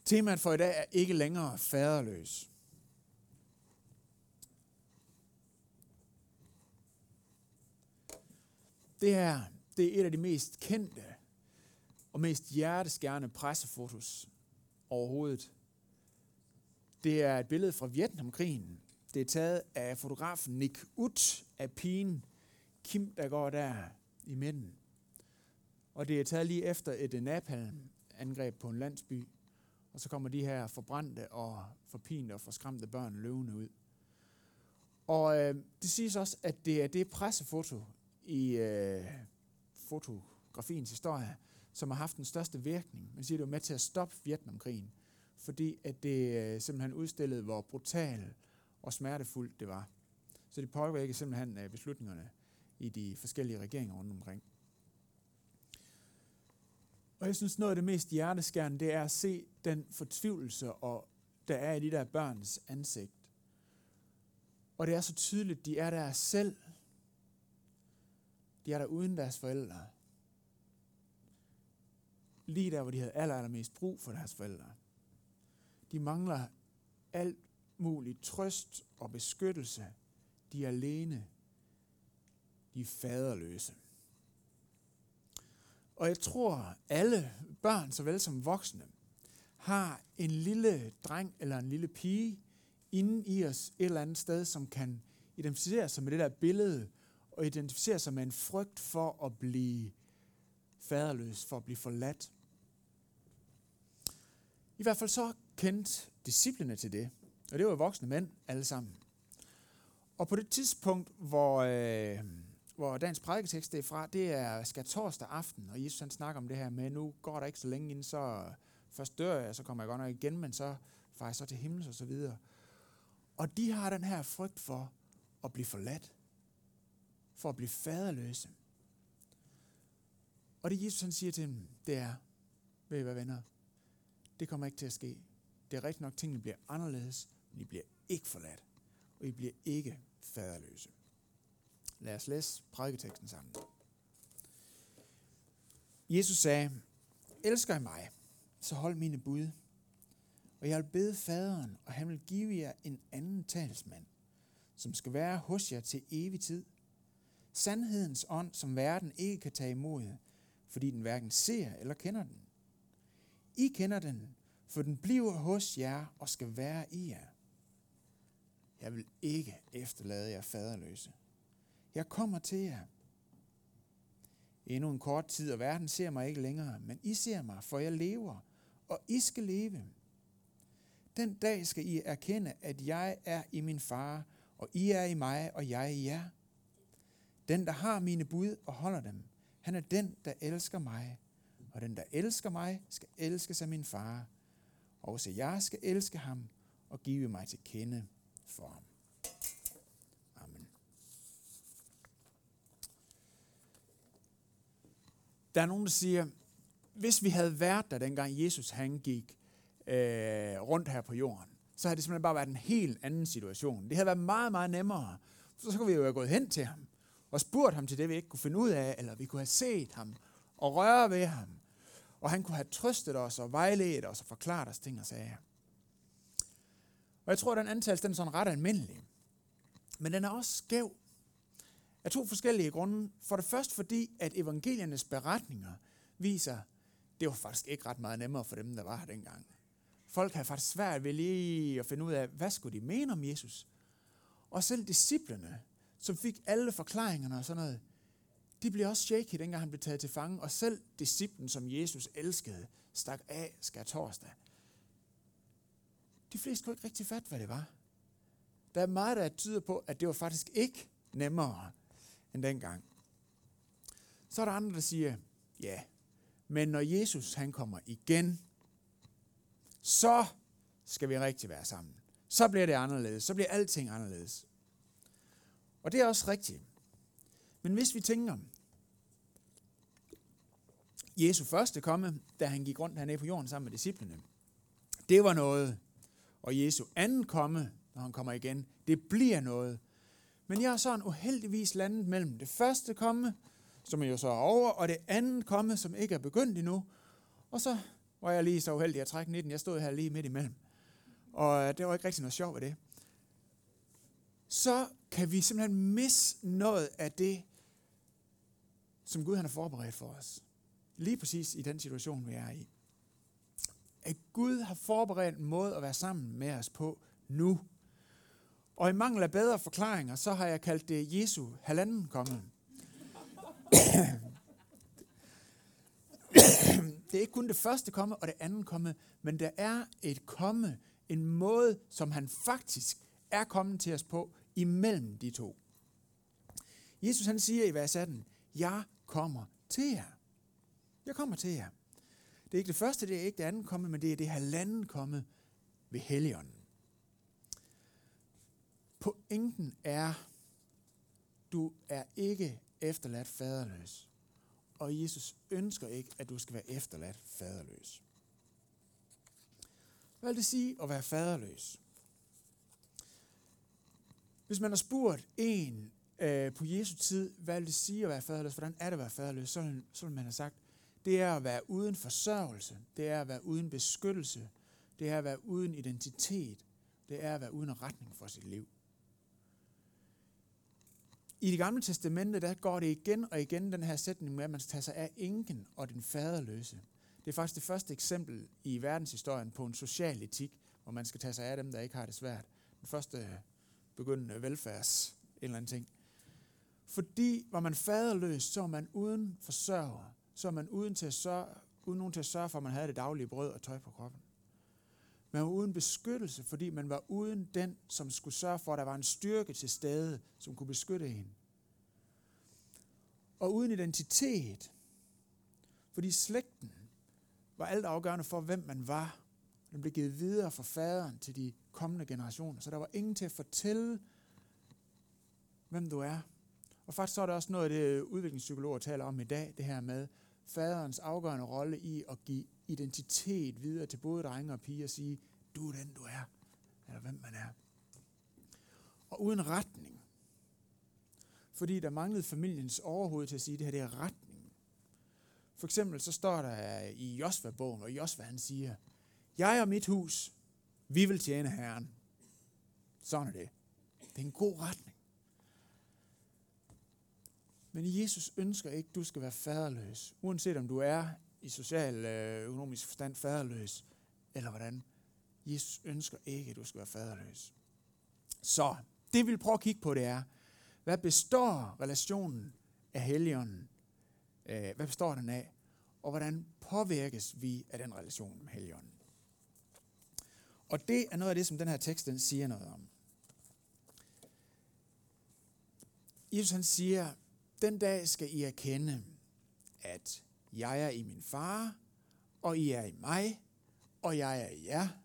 Temaet for i dag er ikke længere faderløs. Det er et af de mest kendte og mest hjerteskærende pressefotos overhovedet. Det er et billede fra Vietnamkrigen. Det er taget af fotografen Nick Ut af pigen Kim, der går der i midten. Og det er taget lige efter et napalm-angreb på en landsby. Og så kommer de her forbrændte og forpinte og forskræmte børn løvende ud. Og det siges også, at det er det pressefoto i fotografiens historie, som har haft den største virkning. Man siger, det var med til at stoppe Vietnamkrigen, fordi at det simpelthen udstillede, hvor brutal og smertefuldt det var. Så det påvirker simpelthen beslutningerne i de forskellige regeringer rundt omkring. Og jeg synes, noget af det mest hjerteskærende, det er at se den fortvivlelse, der er i de der børns ansigt. Og det er så tydeligt, de er der selv. De er der uden deres forældre. Lige der, hvor de havde allermest brug for deres forældre. De mangler alt muligt trøst og beskyttelse. De er alene. De er faderløse. Og jeg tror, alle børn, såvel som voksne, har en lille dreng eller en lille pige inde i os et eller andet sted, som kan identificere sig med det der billede, og identificere sig med en frygt for at blive faderløs, for at blive forladt. I hvert fald så kendte disciplene til det, og det var voksne mænd alle sammen. Og på det tidspunkt, hvor dagens prædiketekst er fra, det er skærtorsdag aften, og Jesus han snakker om det her med, nu går der ikke så længe inden, så først dør jeg, så kommer jeg godt nok igen, men så farer jeg så til himmels og så videre. Og de har den her frygt for at blive forladt, for at blive faderløse. Og det Jesus han siger til dem, det er, ved I hvad venner, det kommer ikke til at ske. Det er rigtigt nok, tingene bliver anderledes, men I bliver ikke forladt, og I bliver ikke faderløse. Lad os læse prædiketeksten sammen. Jesus sagde, elsker I mig, så hold mine bud. Og jeg vil bede faderen, og han vil give jer en anden talsmand, som skal være hos jer til evig tid. Sandhedens ånd, som verden ikke kan tage imod, fordi den hverken ser eller kender den. I kender den, for den bliver hos jer og skal være i jer. Jeg vil ikke efterlade jer faderløse. Jeg kommer til jer. Endnu en kort tid, og verden ser mig ikke længere, men I ser mig, for jeg lever, og I skal leve. Den dag skal I erkende, at jeg er i min far, og I er i mig, og jeg i jer. Den, der har mine bud og holder dem, han er den, der elsker mig. Og den, der elsker mig, skal elskes af min far. Og så jeg skal elske ham og give mig til kende for ham. Amen. Der er nogen, der siger, hvis vi havde været der, dengang Jesus han gik rundt her på jorden, så havde det simpelthen bare været en helt anden situation. Det havde været meget, meget nemmere. Så kunne vi jo have gået hen til ham og spurgt ham til det, vi ikke kunne finde ud af, eller vi kunne have set ham og røre ved ham. Og han kunne have trøstet os og vejledt os og forklaret os ting og sager. Og jeg tror, at den antagelse den er sådan ret almindelig. Men den er også skæv. Af to forskellige grunde. For det første fordi, at evangeliernes beretninger viser, det var faktisk ikke ret meget nemmere for dem, der var her dengang. Folk havde faktisk svært ved lige at finde ud af, hvad skulle de mene om Jesus. Og selv disciplene, som fik alle forklaringerne og sådan noget, de blev også shaky, dengang han blev taget til fange. Og selv disciplen, som Jesus elskede, stak af skærtorsdag. De fleste kunne ikke rigtig fatte, hvad det var. Der er meget, der tyder på, at det var faktisk ikke nemmere end dengang. Så er der andre, der siger, ja, men når Jesus han kommer igen, så skal vi rigtig være sammen. Så bliver det anderledes. Så bliver alting anderledes. Og det er også rigtigt. Men hvis vi tænker, Jesu første komme, da han gik rundt hernede på jorden sammen med disciplene, det var noget. Og Jesu anden komme, når han kommer igen, det bliver noget. Men jeg er sådan uheldigvis landet mellem det første komme, som er jo så over, og det andet komme, som ikke er begyndt endnu. Og så var jeg lige så uheldig at trække 19. Jeg stod her lige midt imellem. Og det var ikke rigtig noget sjovt ved det. Så kan vi simpelthen misse noget af det, som Gud han har forberedt for os. Lige præcis i den situation, vi er i. At Gud har forberedt en måde at være sammen med os på nu. Og i mangel af bedre forklaringer, så har jeg kaldt det Jesu halvanden komme. Det er ikke kun det første komme og det andet komme, men der er et komme, en måde, som han faktisk er kommet til os på, imellem de to. Jesus han siger i vers 18, jeg kommer til jer. Jeg kommer til jer. Det er ikke det første, det er ikke det andet komme, men det er det halvanden komme ved Helligånden. Pointen er, du er ikke efterladt faderløs. Og Jesus ønsker ikke, at du skal være efterladt faderløs. Hvad vil det sige at være faderløs? Hvis man har spurgt en på Jesu tid, hvad vil det sige at være faderløs? Hvordan er det at være faderløs? Så vil man have sagt, det er at være uden forsørgelse. Det er at være uden beskyttelse. Det er at være uden identitet. Det er at være uden retning for sit liv. I Det Gamle Testamente, der går det igen og igen den her sætning med, at man skal tage sig af enken og den faderløse. Det er faktisk det første eksempel i verdenshistorien på en social etik, hvor man skal tage sig af dem, der ikke har det svært. Den første begyndende velfærds en eller anden ting. Fordi var man faderløs, så var man uden forsørger. Så var man uden nogen til at sørge for, at man havde det daglige brød og tøj på kroppen. Man var uden beskyttelse, fordi man var uden den, som skulle sørge for, at der var en styrke til stede, som kunne beskytte en. Og uden identitet, fordi slægten var alt afgørende for, hvem man var. Den blev givet videre fra faderen til de kommende generationer. Så der var ingen til at fortælle, hvem du er. Og faktisk så er der også noget af det, udviklingspsykologer taler om i dag, det her med faderens afgørende rolle i at give identitet videre til både drenge og piger og sige, du er den, du er, eller hvem man er. Og uden retning. Fordi der manglede familiens overhoved til at sige, at det her det er retning. For eksempel så står der i Josva-bogen, hvor Josva han siger, jeg og mit hus, vi vil tjene Herren. Sådan er det. Det er en god retning. Men Jesus ønsker ikke, at du skal være faderløs. Uanset om du er i social, økonomisk forstand faderløs, eller hvordan. Jesus ønsker ikke, at du skal være faderløs. Så det vi vil prøve at kigge på, det er, hvad består relationen af Helligånden? Hvad består den af? Og hvordan påvirkes vi af den relation med Helligånden? Og det er noget af det, som den her tekst den siger noget om. Jesus han siger, den dag skal I erkende, at jeg er i min far, og I er i mig, og jeg er i jer.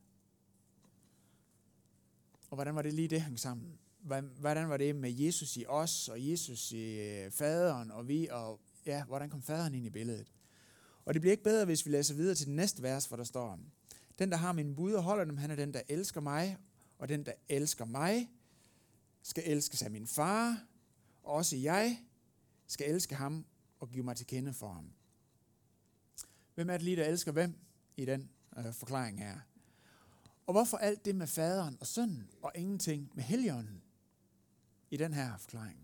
Og hvordan var det lige det hang sammen? Hvordan var det med Jesus i os, og Jesus i faderen, og vi, og ja, hvordan kom faderen ind i billedet? Og det bliver ikke bedre, hvis vi læser videre til den næste vers, hvor der står, den, der har mine bud og holder dem, han er den, der elsker mig, og den, der elsker mig, skal elskes af min far, og også jeg skal elske ham og give mig til kende for ham. Hvem er det lige, der elsker hvem i den forklaring her? Og hvorfor alt det med faderen og sønnen, og ingenting med Helligånden i den her forklaring?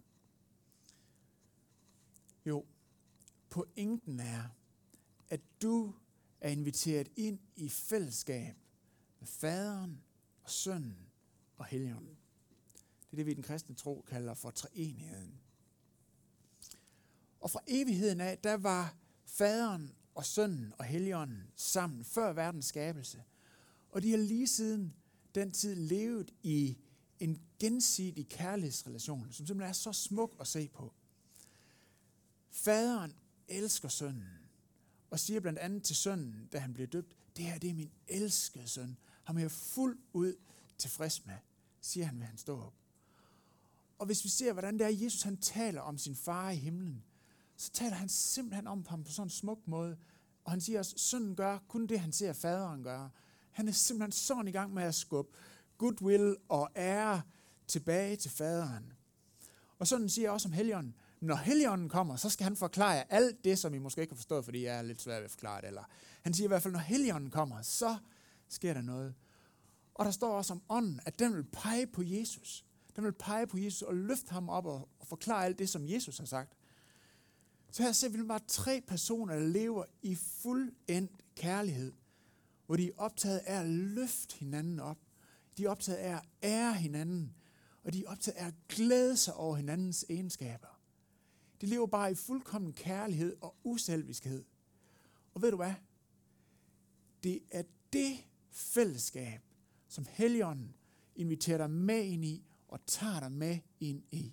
Jo, pointen er, at du er inviteret ind i fællesskab med faderen og sønnen og Helligånden. Det er det, vi i den kristne tro kalder for treenigheden. Og fra evigheden af, der var faderen og sønnen og Helligånden sammen før verdens skabelse. Og de har lige siden den tid levet i en gensidig kærlighedsrelation, som simpelthen er så smuk at se på. Faderen elsker sønnen, og siger blandt andet til sønnen, da han bliver døbt, det her det er min elskede søn. Ham er jeg fuldt ud tilfreds med, siger han ved hans dåb. Og hvis vi ser, hvordan det er, Jesus han taler om sin far i himlen, så taler han simpelthen om ham på sådan en smuk måde. Og han siger også, sønnen gør kun det, han ser faderen gøre. Han er simpelthen sådan i gang med at skubbe goodwill og ære tilbage til faderen. Og sådan siger også om Helligånden, når Helligånden kommer, så skal han forklare jer alt det, som I måske ikke har forstået, fordi jeg er lidt svært ved at forklare det. Eller han siger i hvert fald, når Helligånden kommer, så sker der noget. Og der står også om ånden, at den vil pege på Jesus. Den vil pege på Jesus og løfte ham op og forklare alt det, som Jesus har sagt. Så her ser vi bare 3 personer, der lever i fuldendt kærlighed, hvor de er optaget af at løfte hinanden op. De er optaget af at ære hinanden, og de er optaget af at glæde sig over hinandens egenskaber. De lever bare i fuldkommen kærlighed og uselviskhed. Og ved du hvad? Det er det fællesskab, som Helligånden inviterer dig med ind i, og tager dig med ind i.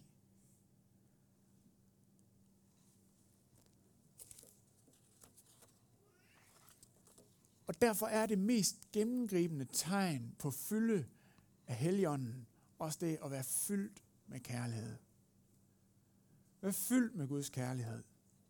Og derfor er det mest gennemgribende tegn på fylde af Helligånden også det at være fyldt med kærlighed. Være fyldt med Guds kærlighed.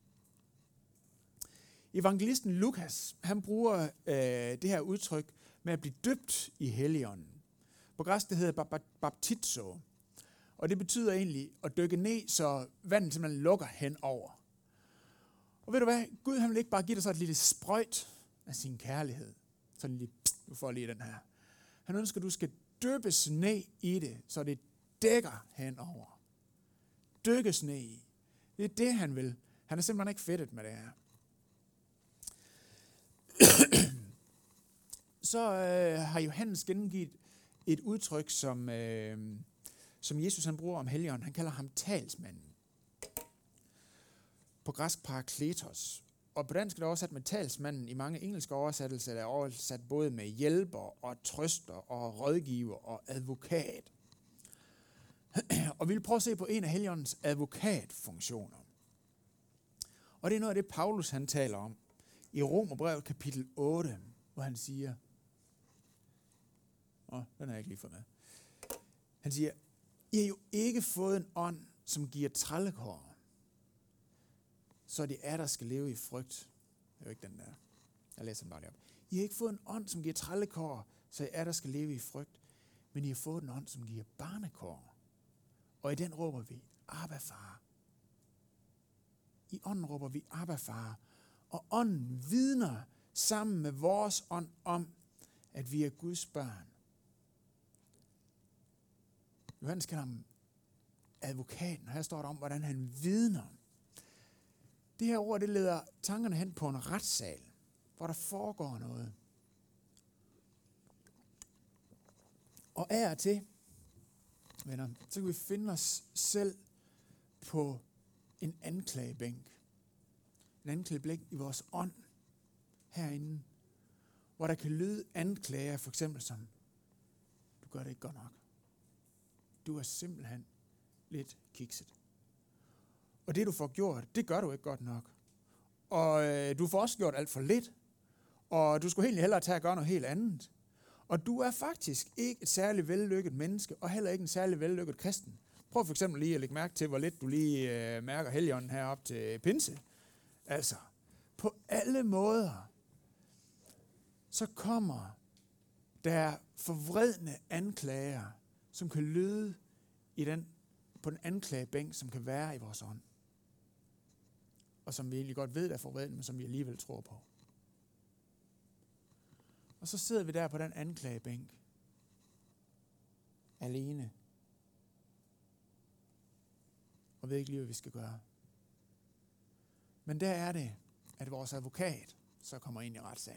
Evangelisten Lukas, han bruger det her udtryk med at blive døbt i Helligånden. På græsk det hedder baptizo. Og det betyder egentlig at dykke ned, så vandet simpelthen lukker henover. Og ved du hvad? Gud han vil ikke bare give dig så et lille sprøjt af sin kærlighed. Sådan lige, du får lige den her. Han ønsker, at du skal dyppes ned i det, så det dækker henover. Dykkes ned i. Det er det, han vil. Han er simpelthen ikke fedtet med det her. Så har Johannes gennemgivet et udtryk, som Jesus han bruger om Helligånden. Han kalder ham talsmanden. På græsk parakletos. Og på dansk er det oversat med talsmanden. I mange engelske oversættelser er det oversat både med hjælper og trøster og rådgiver og advokat. Og vi vil prøve at se på en af Helligåndens advokatfunktioner. Og det er noget af det, Paulus han taler om i Romerbrevet kapitel 8, hvor han siger, den har jeg ikke lige fået med. Han siger, I har jo ikke fået en ånd, som giver trællekår, så det er, der skal leve i frygt. Det er jo ikke den der. Jeg læser den bare lige op. I har ikke fået en ånd, som giver trællekår, så er, der skal leve i frygt. Men I har fået en ånd, som giver barnekår. Og i den råber vi, Abba far. I ånden råber vi, Abba far. Og ånden vidner sammen med vores ånd om, at vi er Guds børn. Johannes kalder ham advokaten. Her står der om, hvordan han vidner. Det her ord, det leder tankerne hen på en retssal, hvor der foregår noget. Og af og til, venner, så kan vi finde os selv på en anklagebænk. En anklagebænk i vores ånd herinde, hvor der kan lyde anklager, for eksempel som, du gør det ikke godt nok. Du er simpelthen lidt kikset. Og det du får gjort, det gør du ikke godt nok. Og du får også gjort alt for lidt. Og du skulle egentlig hellere tage og gøre noget helt andet. Og du er faktisk ikke et særligt vellykket menneske, og heller ikke en særlig vellykket kristen. Prøv for eksempel lige at lægge mærke til, hvor lidt du lige mærker Helligånden herop til pinse. Altså, på alle måder, så kommer der forvredne anklager, som kan lyde på den anklagebænk, som kan være i vores ånd. Og som vi egentlig godt ved er forvredne, men som vi alligevel tror på. Og så sidder vi der på den anklagebænk. Alene. Og ved ikke lige, hvad vi skal gøre. Men der er det, at vores advokat så kommer ind i retssalen.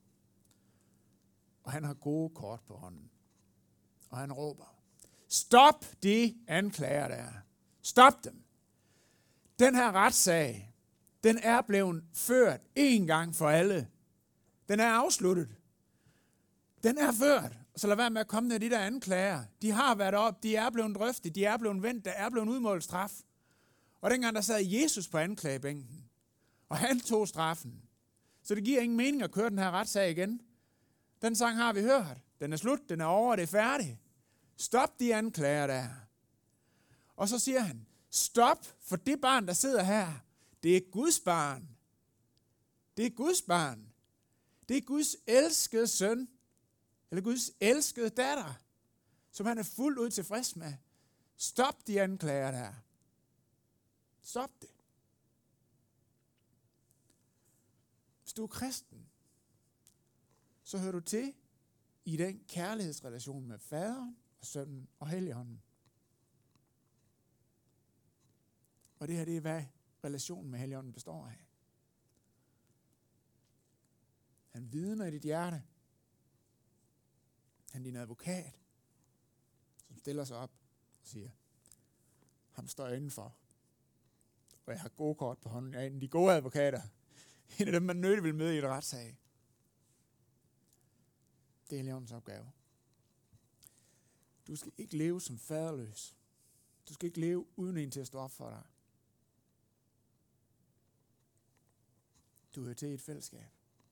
Og han har gode kort på hånden. Og han råber, stop de anklager der. Stop dem. Den her retssag, den er blevet ført en gang for alle. Den er afsluttet. Den er ført. Så lad være med at komme ned de der anklager. De har været op, de er blevet drøftet, de er blevet vendt, der er blevet udmålt straf. Og dengang der sad Jesus på anklagebænken, og han tog straffen. Så det giver ingen mening at køre den her retssag igen. Den sang har vi hørt. Den er slut, den er over, det er færdigt. Stop de anklager der. Og så siger han, stop for det barn, der sidder her. Det er Guds barn. Det er Guds barn. Det er Guds elskede søn, eller Guds elskede datter, som han er fuldt ud tilfreds med. Stop de anklager der. Stop det. Hvis du er kristen, så hører du til i den kærlighedsrelation med faderen og sønnen og helligånden. Og det her, det er, hvad relationen med helligånden består af. Han vidner i dit hjerte. Han er din advokat, som stiller sig op og siger, ham står jeg indenfor. Og jeg har gode kort på hånden. Jeg er en af de gode advokater. En af dem, man nødigt vil møde i et retssag. Det er Helligåndens opgave. Du skal ikke leve som faderløs. Du skal ikke leve uden en til at stå op for dig. Du hører til i et fællesskab.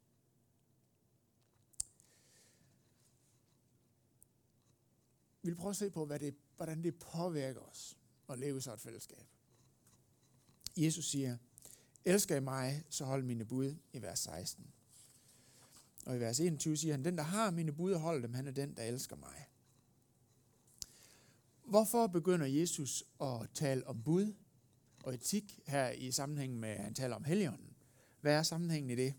Vi vil prøve at se på, hvordan det påvirker os at leve i sådan et fællesskab. Jesus siger, elsker I mig, så hold mine bud, i vers 16. Og i vers 21 siger han, den der har mine bud og holder dem, han er den, der elsker mig. Hvorfor begynder Jesus at tale om bud og etik her i sammenhæng med, at han taler om Helligånden? Hvad er sammenhængen i det?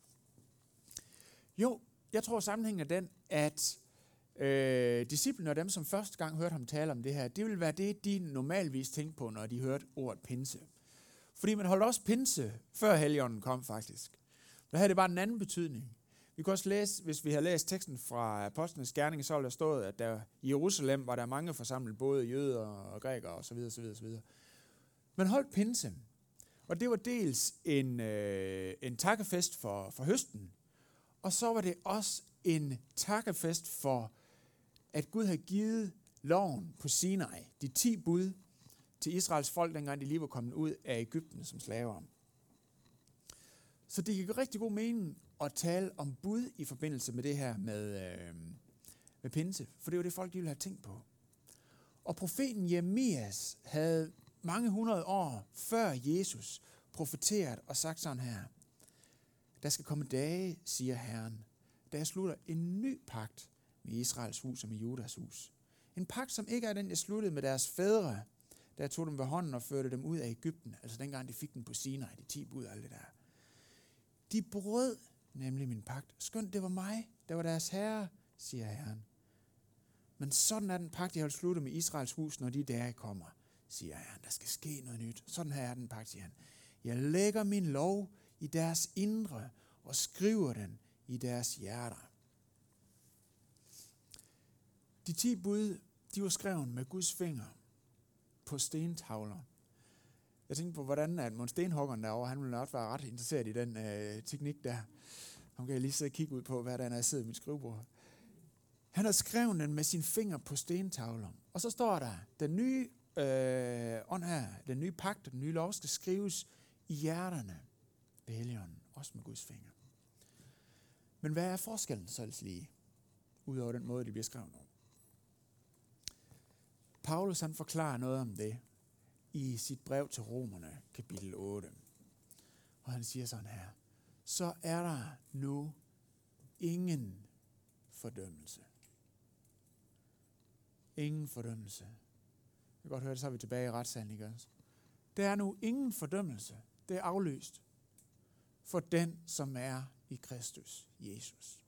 Jo, jeg tror sammenhængen er den, at disciplene og dem, som første gang hørte ham tale om det her, det vil være det, de normalvis tænkte på, når de hørte ordet pinse. Fordi man holdt også pinse, før Helligånden kom faktisk. Der havde det bare en anden betydning. Vi kan også læse, hvis vi har læst teksten fra Apostlenes Gerninger, så vil der stået, at der i Jerusalem var der mange forsamlet, både jøder og grækere osv. osv. Man holdt pinse, og det var dels en takkefest for høsten, og så var det også en takkefest for, at Gud havde givet loven på Sinai, de 10 bud til Israels folk, dengang de lige var kommet ud af Egypten som slaver. Så det gik rigtig god mening at tale om bud i forbindelse med det her med pinse, for det var det folk, de ville have tænkt på. Og profeten Jeremias havde mange hundrede år før Jesus profeteret og sagt sådan her, der skal komme dage, siger Herren, da jeg slutter en ny pagt med Israels hus og med Judas hus. En pagt, som ikke er den, jeg sluttede med deres fædre, da jeg tog dem ved hånden og førte dem ud af Egypten. Altså dengang de fik den på Sinai, de 10 bud og alt det der. De brød nemlig min pagt. Skønt det var mig, der var deres herre, siger Herren. Men sådan er den pagt, jeg har sluttet med Israels hus, når de dage kommer, siger Herren. Der skal ske noget nyt. Sådan her er den pagt, siger han. Jeg lægger min lov i deres indre og skriver den i deres hjerter. De 10 bud, de var skrevet med Guds finger på stentavler. Jeg tænkte på, hvordan at Måns Stenhuggeren derovre, han ville nok være ret interesseret i den teknik der. Nu kan jeg lige sidde og kigge ud på, hvad der er, når jeg sidder i mit skrivebord. Han har skrevet den med sin finger på stentavler. Og så står der, den nye ånd her, den nye pagt og den nye lov skal skrives i hjerterne ved Helligånden, også med Guds finger. Men hvad er forskellen så lige, udover den måde, det bliver skrevet om? Paulus han forklarer noget om det i sit brev til Romerne, kapitel 8. Og han siger sådan her, så er der nu ingen fordømmelse. Ingen fordømmelse. Jeg kan godt høre det, så er vi tilbage i retssalen, ikke også? Der er nu ingen fordømmelse. Det er aflyst for den, som er i Kristus Jesus.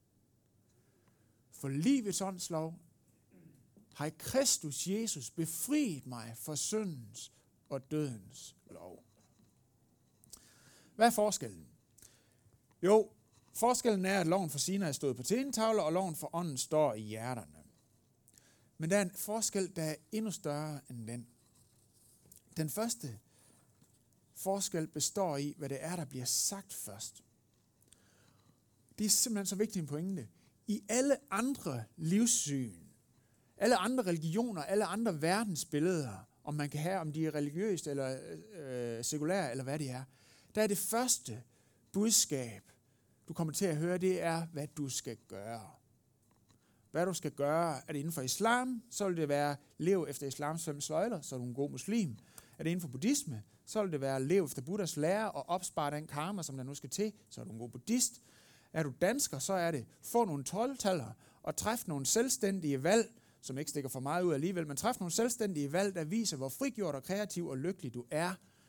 For livets åndslov har i Kristus Jesus befriet mig for syndens og dødens lov. Hvad er forskellen? Jo, forskellen er, at loven for Sinai stod på tentavler, og loven for ånden står i hjerterne. Men der er en forskel, der er endnu større end den. Den første forskel består i, hvad det er, der bliver sagt først. Det er simpelthen så vigtig en pointe. I alle andre livssyn, alle andre religioner, alle andre verdensbilleder, om man kan have, om de er religiøse eller sekulære, eller hvad det er, der er det første budskab, du kommer til at høre, det er, hvad du skal gøre. Hvad du skal gøre, er det inden for islam, så vil det være, lev efter islams 5 søjler, så er du en god muslim. Er det inden for buddhisme, så vil det være, lev efter Buddhas lære og opspare den karma, som der nu skal til, så er du en god buddhist. Er du dansker, så er det, få nogle 12-taller og træf nogle selvstændige valg, som ikke stikker for meget ud alligevel, men træf nogle selvstændige valg, der viser, hvor frigjort og kreativ og lykkelig du er,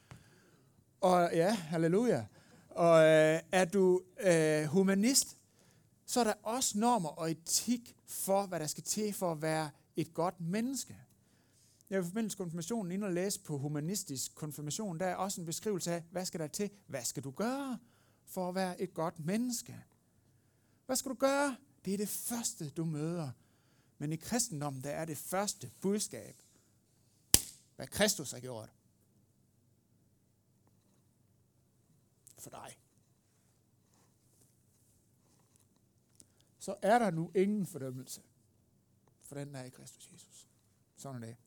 Og ja, halleluja. Og er du humanist, så er der også normer og etik for, hvad der skal til for at være et godt menneske. Jeg vil i forbindelse med konfirmationen inde og læse på humanistisk konfirmation. Der er også en beskrivelse af, hvad skal der til? Hvad skal du gøre for at være et godt menneske? Hvad skal du gøre? Det er det første, du møder. Men i kristendommen, der er det første budskab, hvad Kristus har gjort for dig. Så er der nu ingen fordømmelse for den, der er i Kristus Jesus. Sådan er det.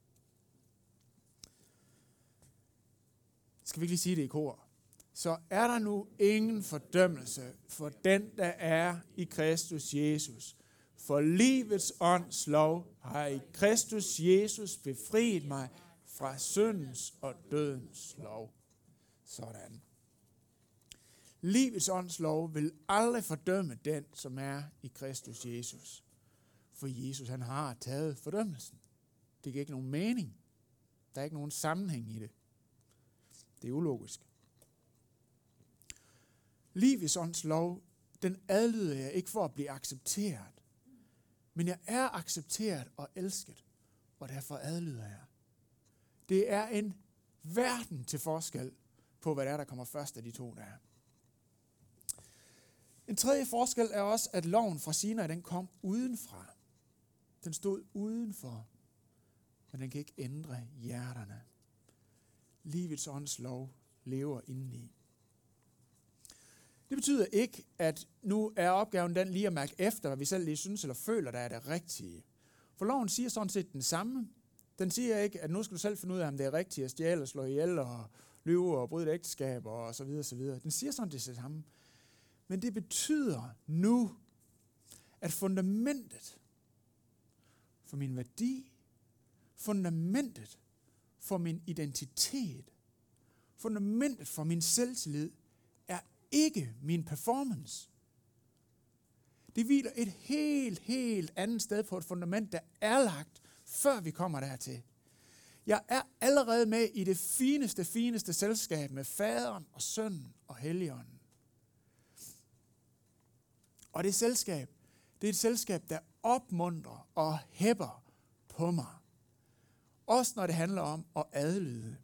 Skal vi ikke lige sige det i kor? Så er der nu ingen fordømmelse for den, der er i Kristus Jesus. For livets ånds lov har i Kristus Jesus befriet mig fra syndens og dødens lov. Sådan. Livets ånds lov vil aldrig fordømme den, som er i Kristus Jesus. For Jesus, han har taget fordømmelsen. Det giver ikke nogen mening. Der er ikke nogen sammenhæng i det. Det er ulogisk. Livets ånds lov, den adlyder jeg ikke for at blive accepteret. Men jeg er accepteret og elsket, og derfor adlyder jeg. Det er en verden til forskel på, hvad der kommer først af de to der. En tredje forskel er også, at loven fra Sinai, den kom udenfra. Den stod udenfor, men den kan ikke ændre hjerterne. Livets ånds lov lever indeni. Det betyder ikke, at nu er opgaven den lige at mærke efter, hvad vi selv lige synes eller føler, der er det rigtige. For loven siger sådan set den samme. Den siger ikke, at nu skal du selv finde ud af, om det er rigtigt at stjæle, slå ihjel og lyve og bryde et ægteskab og så videre, så videre. Den siger sådan det samme. Men det betyder nu, at fundamentet for min værdi, fundamentet for min identitet, fundamentet for min selvtillid, er ikke min performance. Det hviler et helt andet sted på et fundament, der er lagt, før vi kommer dertil. Jeg er allerede med i det fineste selskab med faderen og sønnen og helligånden. Og det selskab, det er et selskab, der opmuntrer og hæpper på mig. Også når det handler om at adlyde.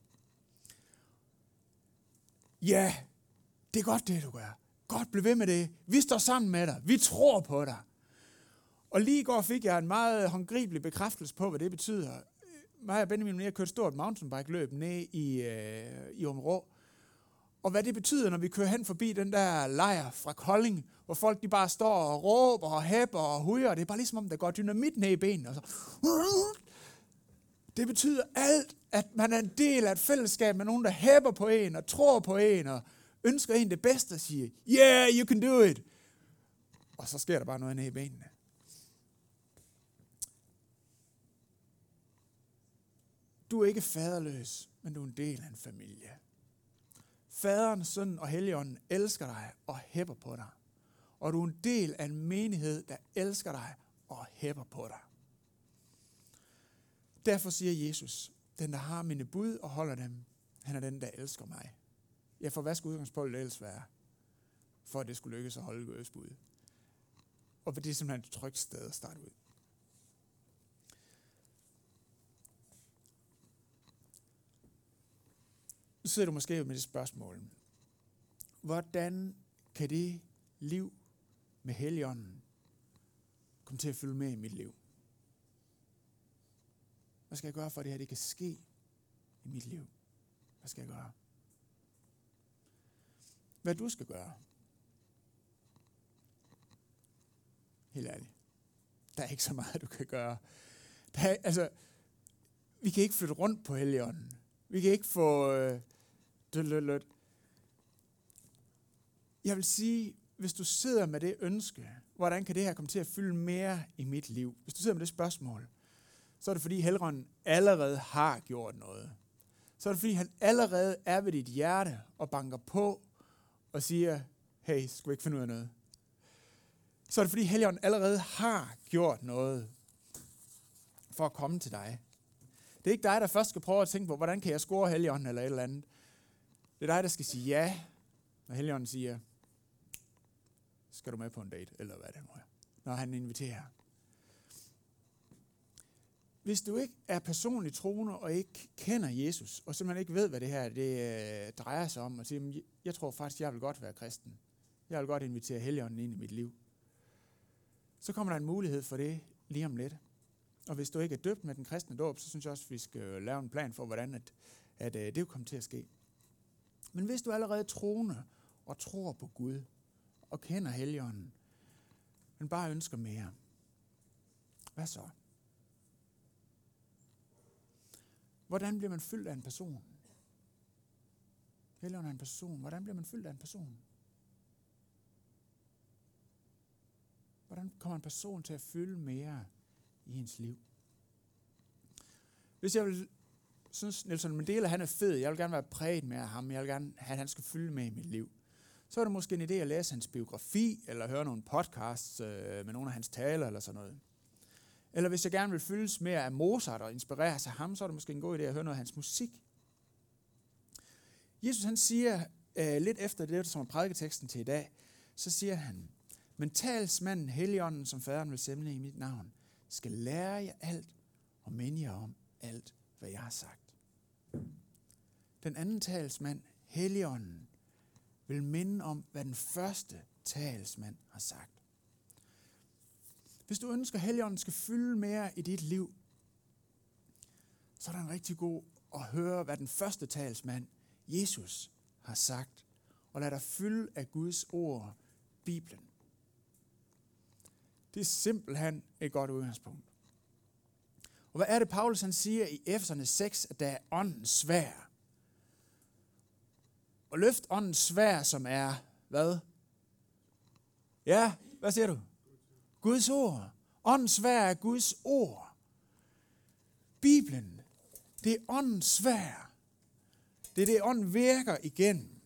Ja, det er godt det, du gør. Godt, bliv ved med det. Vi står sammen med dig. Vi tror på dig. Og lige i går fik jeg en meget håndgribelig bekræftelse på, hvad det betyder. Mig og Benjamin har kørt et stort mountainbike-løb ned i Aabenraa. Og hvad det betyder, når vi kører hen forbi den der lejr fra Kolding, hvor folk de bare står og råber og hæpper og hujer. Det er bare ligesom om, der går dynamit ned i benene. Og så. Det betyder alt, at man er en del af et fællesskab med nogen, der hæpper på en og tror på en og ønsker en det bedste og siger, yeah, you can do it. Og så sker der bare noget ned i benene. Du er ikke faderløs, men du er en del af en familie. Faderen, Sønnen og Helligånden elsker dig og hæpper på dig. Og du er en del af en menighed, der elsker dig og hæpper på dig. Derfor siger Jesus, den der har mine bud og holder dem, han er den, der elsker mig. Ja, for hvad skulle udgangspunktet ellers være, for at det skulle lykkes at holde Guds bud? Og det er simpelthen et trygt sted at starte ud. Nu sidder du måske med det spørgsmål. Hvordan kan det liv med Helligånden komme til at følge med i mit liv? Hvad skal jeg gøre, for at det her det kan ske i mit liv? Hvad skal jeg gøre? Hvad du skal gøre? Helt ærligt. Der er ikke så meget, du kan gøre. Vi kan ikke flytte rundt på Helligånden. Vi kan ikke få... Jeg vil sige, hvis du sidder med det ønske, hvordan kan det her komme til at fylde mere i mit liv? Hvis du sidder med det spørgsmål, så er det fordi Helligånden allerede har gjort noget. Så er det fordi han allerede er ved dit hjerte og banker på og siger, hey, skal vi ikke finde ud af noget? Så er det fordi Helligånden allerede har gjort noget for at komme til dig. Det er ikke dig, der først skal prøve at tænke på, hvordan kan jeg score Helligånden eller et eller andet. Det er dig, der skal sige ja, når Helligånden siger, skal du med på en date, eller hvad det nu er, når han inviterer. Hvis du ikke er personligt troende og ikke kender Jesus, og simpelthen ikke ved, hvad det her det drejer sig om, og siger, jeg tror faktisk, jeg vil godt være kristen. Jeg vil godt invitere Helligånden ind i mit liv. Så kommer der en mulighed for det lige om lidt. Og hvis du ikke er døbt med den kristne dåb, så synes jeg også, at vi skal lave en plan for, hvordan at det vil komme til at ske. Men hvis du allerede er troende og tror på Gud, og kender Helligånden, men bare ønsker mere, hvad så? Hvordan bliver man fyldt af en person? Helligånden er en person. Hvordan bliver man fyldt af en person? Hvordan kommer en person til at fylde mere i ens liv? Hvis jeg vil synes, Nelson Mandela han er fed, jeg vil gerne være præget med ham, jeg vil gerne have, at han skal fylde med i mit liv, så er det måske en idé at læse hans biografi, eller høre nogle podcasts med nogle af hans taler, eller sådan noget. Eller hvis jeg gerne vil fyldes mere af Mozart og inspireres af ham, så er det måske en god idé at høre noget af hans musik. Jesus han siger, lidt efter det, som er prædiketeksten til i dag, så siger han, men talsmanden Helligånden, som faderen vil sende i mit navn, skal lære jer alt og minde jer om alt, hvad jeg har sagt. Den anden talsmand, Helligånden, vil minde om, hvad den første talsmand har sagt. Hvis du ønsker, at Helligånden skal fylde mere i dit liv, så er det en rigtig god at høre, hvad den første talsmand, Jesus, har sagt. Og lad dig fylde af Guds ord, Bibelen. Det er simpelthen et godt udgangspunkt. Og hvad er det, Paulus han siger i Efeserne 6, at der er åndens sværd? Og løft åndens sværd, som er, hvad? Ja, hvad siger du? Guds ord. Åndens sværd er Guds ord. Bibelen, det er åndens sværd. Det er det, ånden virker igennem.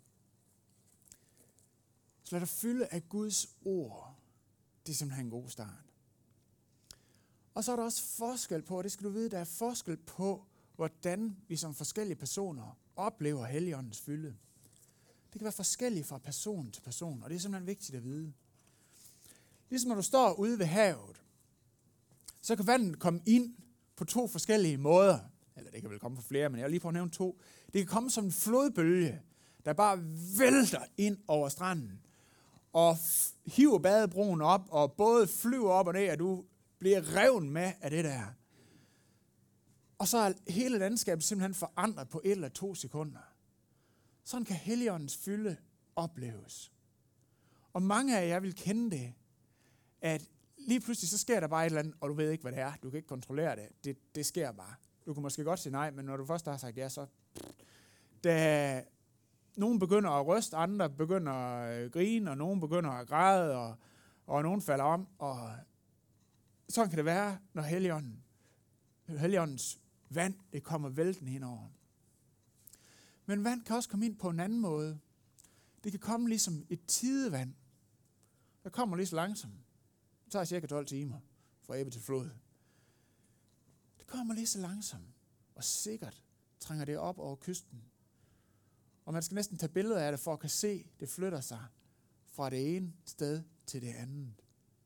Så lad dig fylde af Guds ord. Det er simpelthen en god start. Og så er der også forskel på, og det skal du vide, der er forskel på, hvordan vi som forskellige personer oplever Helligåndens fylde. Det kan være forskelligt fra person til person, og det er simpelthen vigtigt at vide. Ligesom når du står ude ved havet, så kan vandet komme ind på to forskellige måder. Eller det kan vel komme på flere, men jeg vil lige prøve at nævne to. Det kan komme som en flodbølge, der bare vælter ind over stranden, og hiver badebroen op, og både flyver op og ned, og du bliver revet med af det der. Og så er hele landskabet simpelthen forandret på 1 eller 2 sekunder. Sådan kan Helligåndens fylde opleves. Og mange af jer vil kende det, at lige pludselig så sker der bare et eller andet, og du ved ikke, hvad det er. Du kan ikke kontrollere det. Det sker bare. Du kan måske godt sige nej, men når du først har sagt ja, så... Da nogen begynder at ryste, andre begynder at grine, og nogen begynder at græde, og nogen falder om. Og sådan kan det være, når Helligåndens vand, det kommer vælten henover. Men vand kan også komme ind på en anden måde. Det kan komme ligesom et tidevand. Der kommer lige så langsomt. Det tager cirka 12 timer fra Ebbe til flod. Det kommer lige så langsomt og sikkert trænger det op over kysten. Og man skal næsten tage billeder af det, for at kan se, at det flytter sig fra det ene sted til det andet.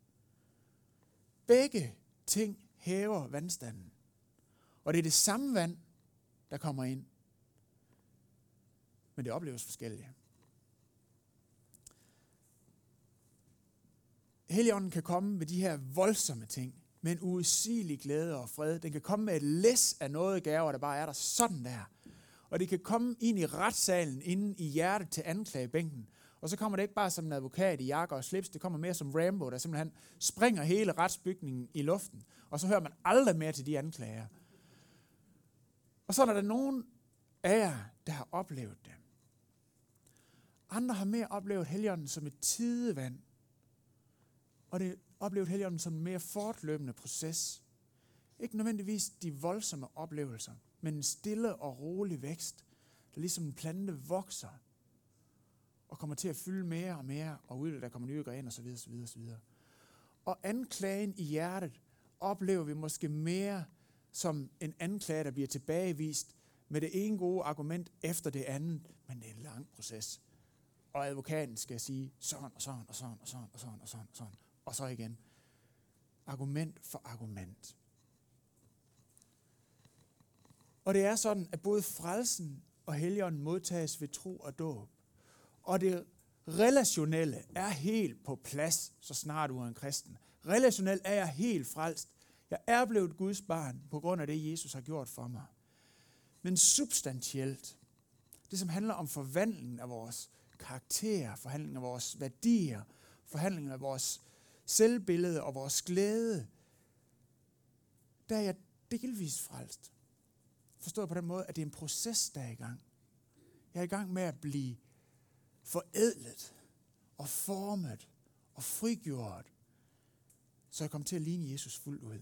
Begge ting hæver vandstanden. Og det er det samme vand, der kommer ind. Men det opleves forskelligt. Helligånden kan komme med de her voldsomme ting, med en uudsigelig glæde og fred. Den kan komme med et læs af noget gaver, der bare er der sådan der. Og det kan komme ind i retssalen, inde i hjertet til anklagebænken. Og så kommer det ikke bare som en advokat i jakke og slips, det kommer mere som Rambo, der simpelthen springer hele retsbygningen i luften. Og så hører man aldrig mere til de anklager. Og så er der nogen af jer, der har oplevet det. Andre har mere oplevet Helligånden som et tidevand. Og det oplevet Helligånden som en mere fortløbende proces. Ikke nødvendigvis de voldsomme oplevelser, men en stille og rolig vækst, der ligesom en plante vokser og kommer til at fylde mere og mere, og ud der kommer nye grene osv. osv. Og anklagen i hjertet oplever vi måske mere som en anklage, der bliver tilbagevist med det ene gode argument efter det andet, men det er en lang proces. Og advokaten skal sige sådan og sådan og sådan og sådan og sådan og sådan og sådan, og så igen. Argument for argument. Og det er sådan, at både frelsen og Helligånden modtages ved tro og dåb. Og det relationelle er helt på plads, så snart du er en kristen. Relationelt er jeg helt frelst. Jeg er blevet Guds barn på grund af det, Jesus har gjort for mig. Men substantielt, det som handler om forvandlingen af vores karakter, forhandlingen af vores værdier, forhandlingen af vores selvbillede og vores glæde, der er jeg delvis frelst. Forstået på den måde, at det er en proces, der er i gang. Jeg er i gang med at blive forædlet og formet og frigjort, så jeg kommer til at ligne Jesus fuldt ud.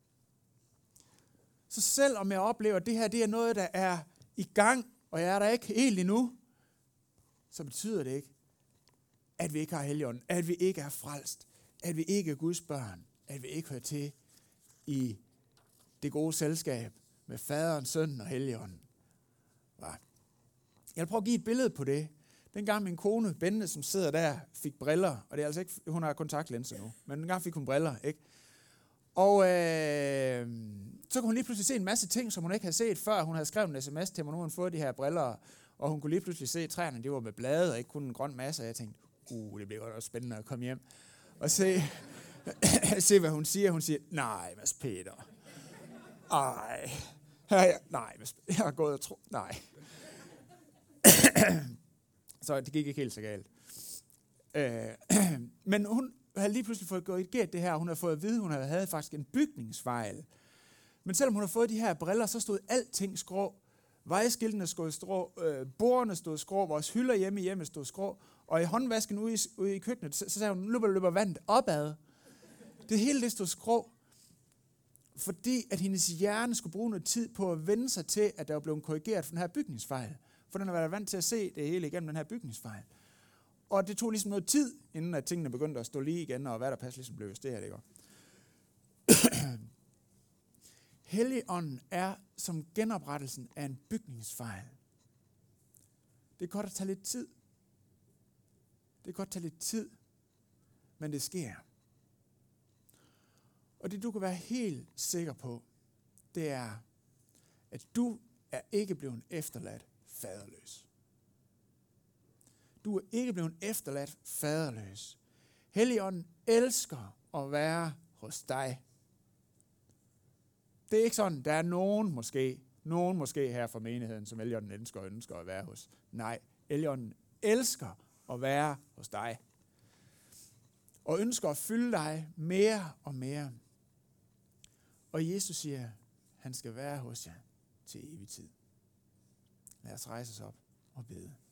Så selvom jeg oplever, at det her det er noget, der er i gang, og jeg er der ikke helt endnu, så betyder det ikke, at vi ikke har Helligånden, at vi ikke er frelst, at vi ikke er Guds børn, at vi ikke hører til i det gode selskab med faderen, sønnen og Helligånden. Jeg vil prøve at give et billede på det. Dengang min kone, Bente, som sidder der, fik briller, og det er altså ikke, hun har kontaktlinser nu, men dengang fik hun briller, ikke? Og så kunne hun lige pludselig se en masse ting, som hun ikke havde set før. Hun havde skrevet en sms til mig, nu havde hun fået de her briller, og hun kunne lige pludselig se, at træerne de var med blade, og ikke kun en grøn masse, og jeg tænkte, det bliver godt spændende at komme hjem og se, hvad hun siger. Hun siger, nej, Mads Peter. Nej, jeg har gået og tro, nej. Så det gik ikke helt så galt. Men hun havde lige pludselig fået korrigeret det her. Hun havde fået at vide, hun havde faktisk en bygningsfejl. Men selvom hun havde fået de her briller, så stod alting skrå. Vejskiltene stod skrå, bordene stod skrå, vores hylder hjemme i hjemmet stod skrå, og i håndvasken ude i køkkenet, så sagde hun, nu løber vandet opad. Det hele det stod skrå, fordi at hendes hjerne skulle bruge noget tid på at vende sig til, at der var blevet korrigeret for den her bygningsfejl. For den har været vant til at se det hele igennem den her bygningsfejl. Og det tog ligesom noget tid, inden at tingene begyndte at stå lige igen, og hvad der passede ligesom blev justeret. Ikke? Helligånden er som genoprettelsen af en bygningsfejl. Det er godt at tage lidt tid. Det er godt at tage lidt tid, men det sker. Og det du kan være helt sikker på, det er, at du er ikke blevet efterladt faderløs. Du er ikke blevet efterladt faderløs. Helligånden elsker at være hos dig. Det er ikke sådan, der er nogen måske her fra menigheden, som Helligånden ønsker at være hos. Nej, Helligånden elsker at være hos dig. Og ønsker at fylde dig mere og mere. Og Jesus siger, han skal være hos jer til evig tid. Lad os rejse os op og bede.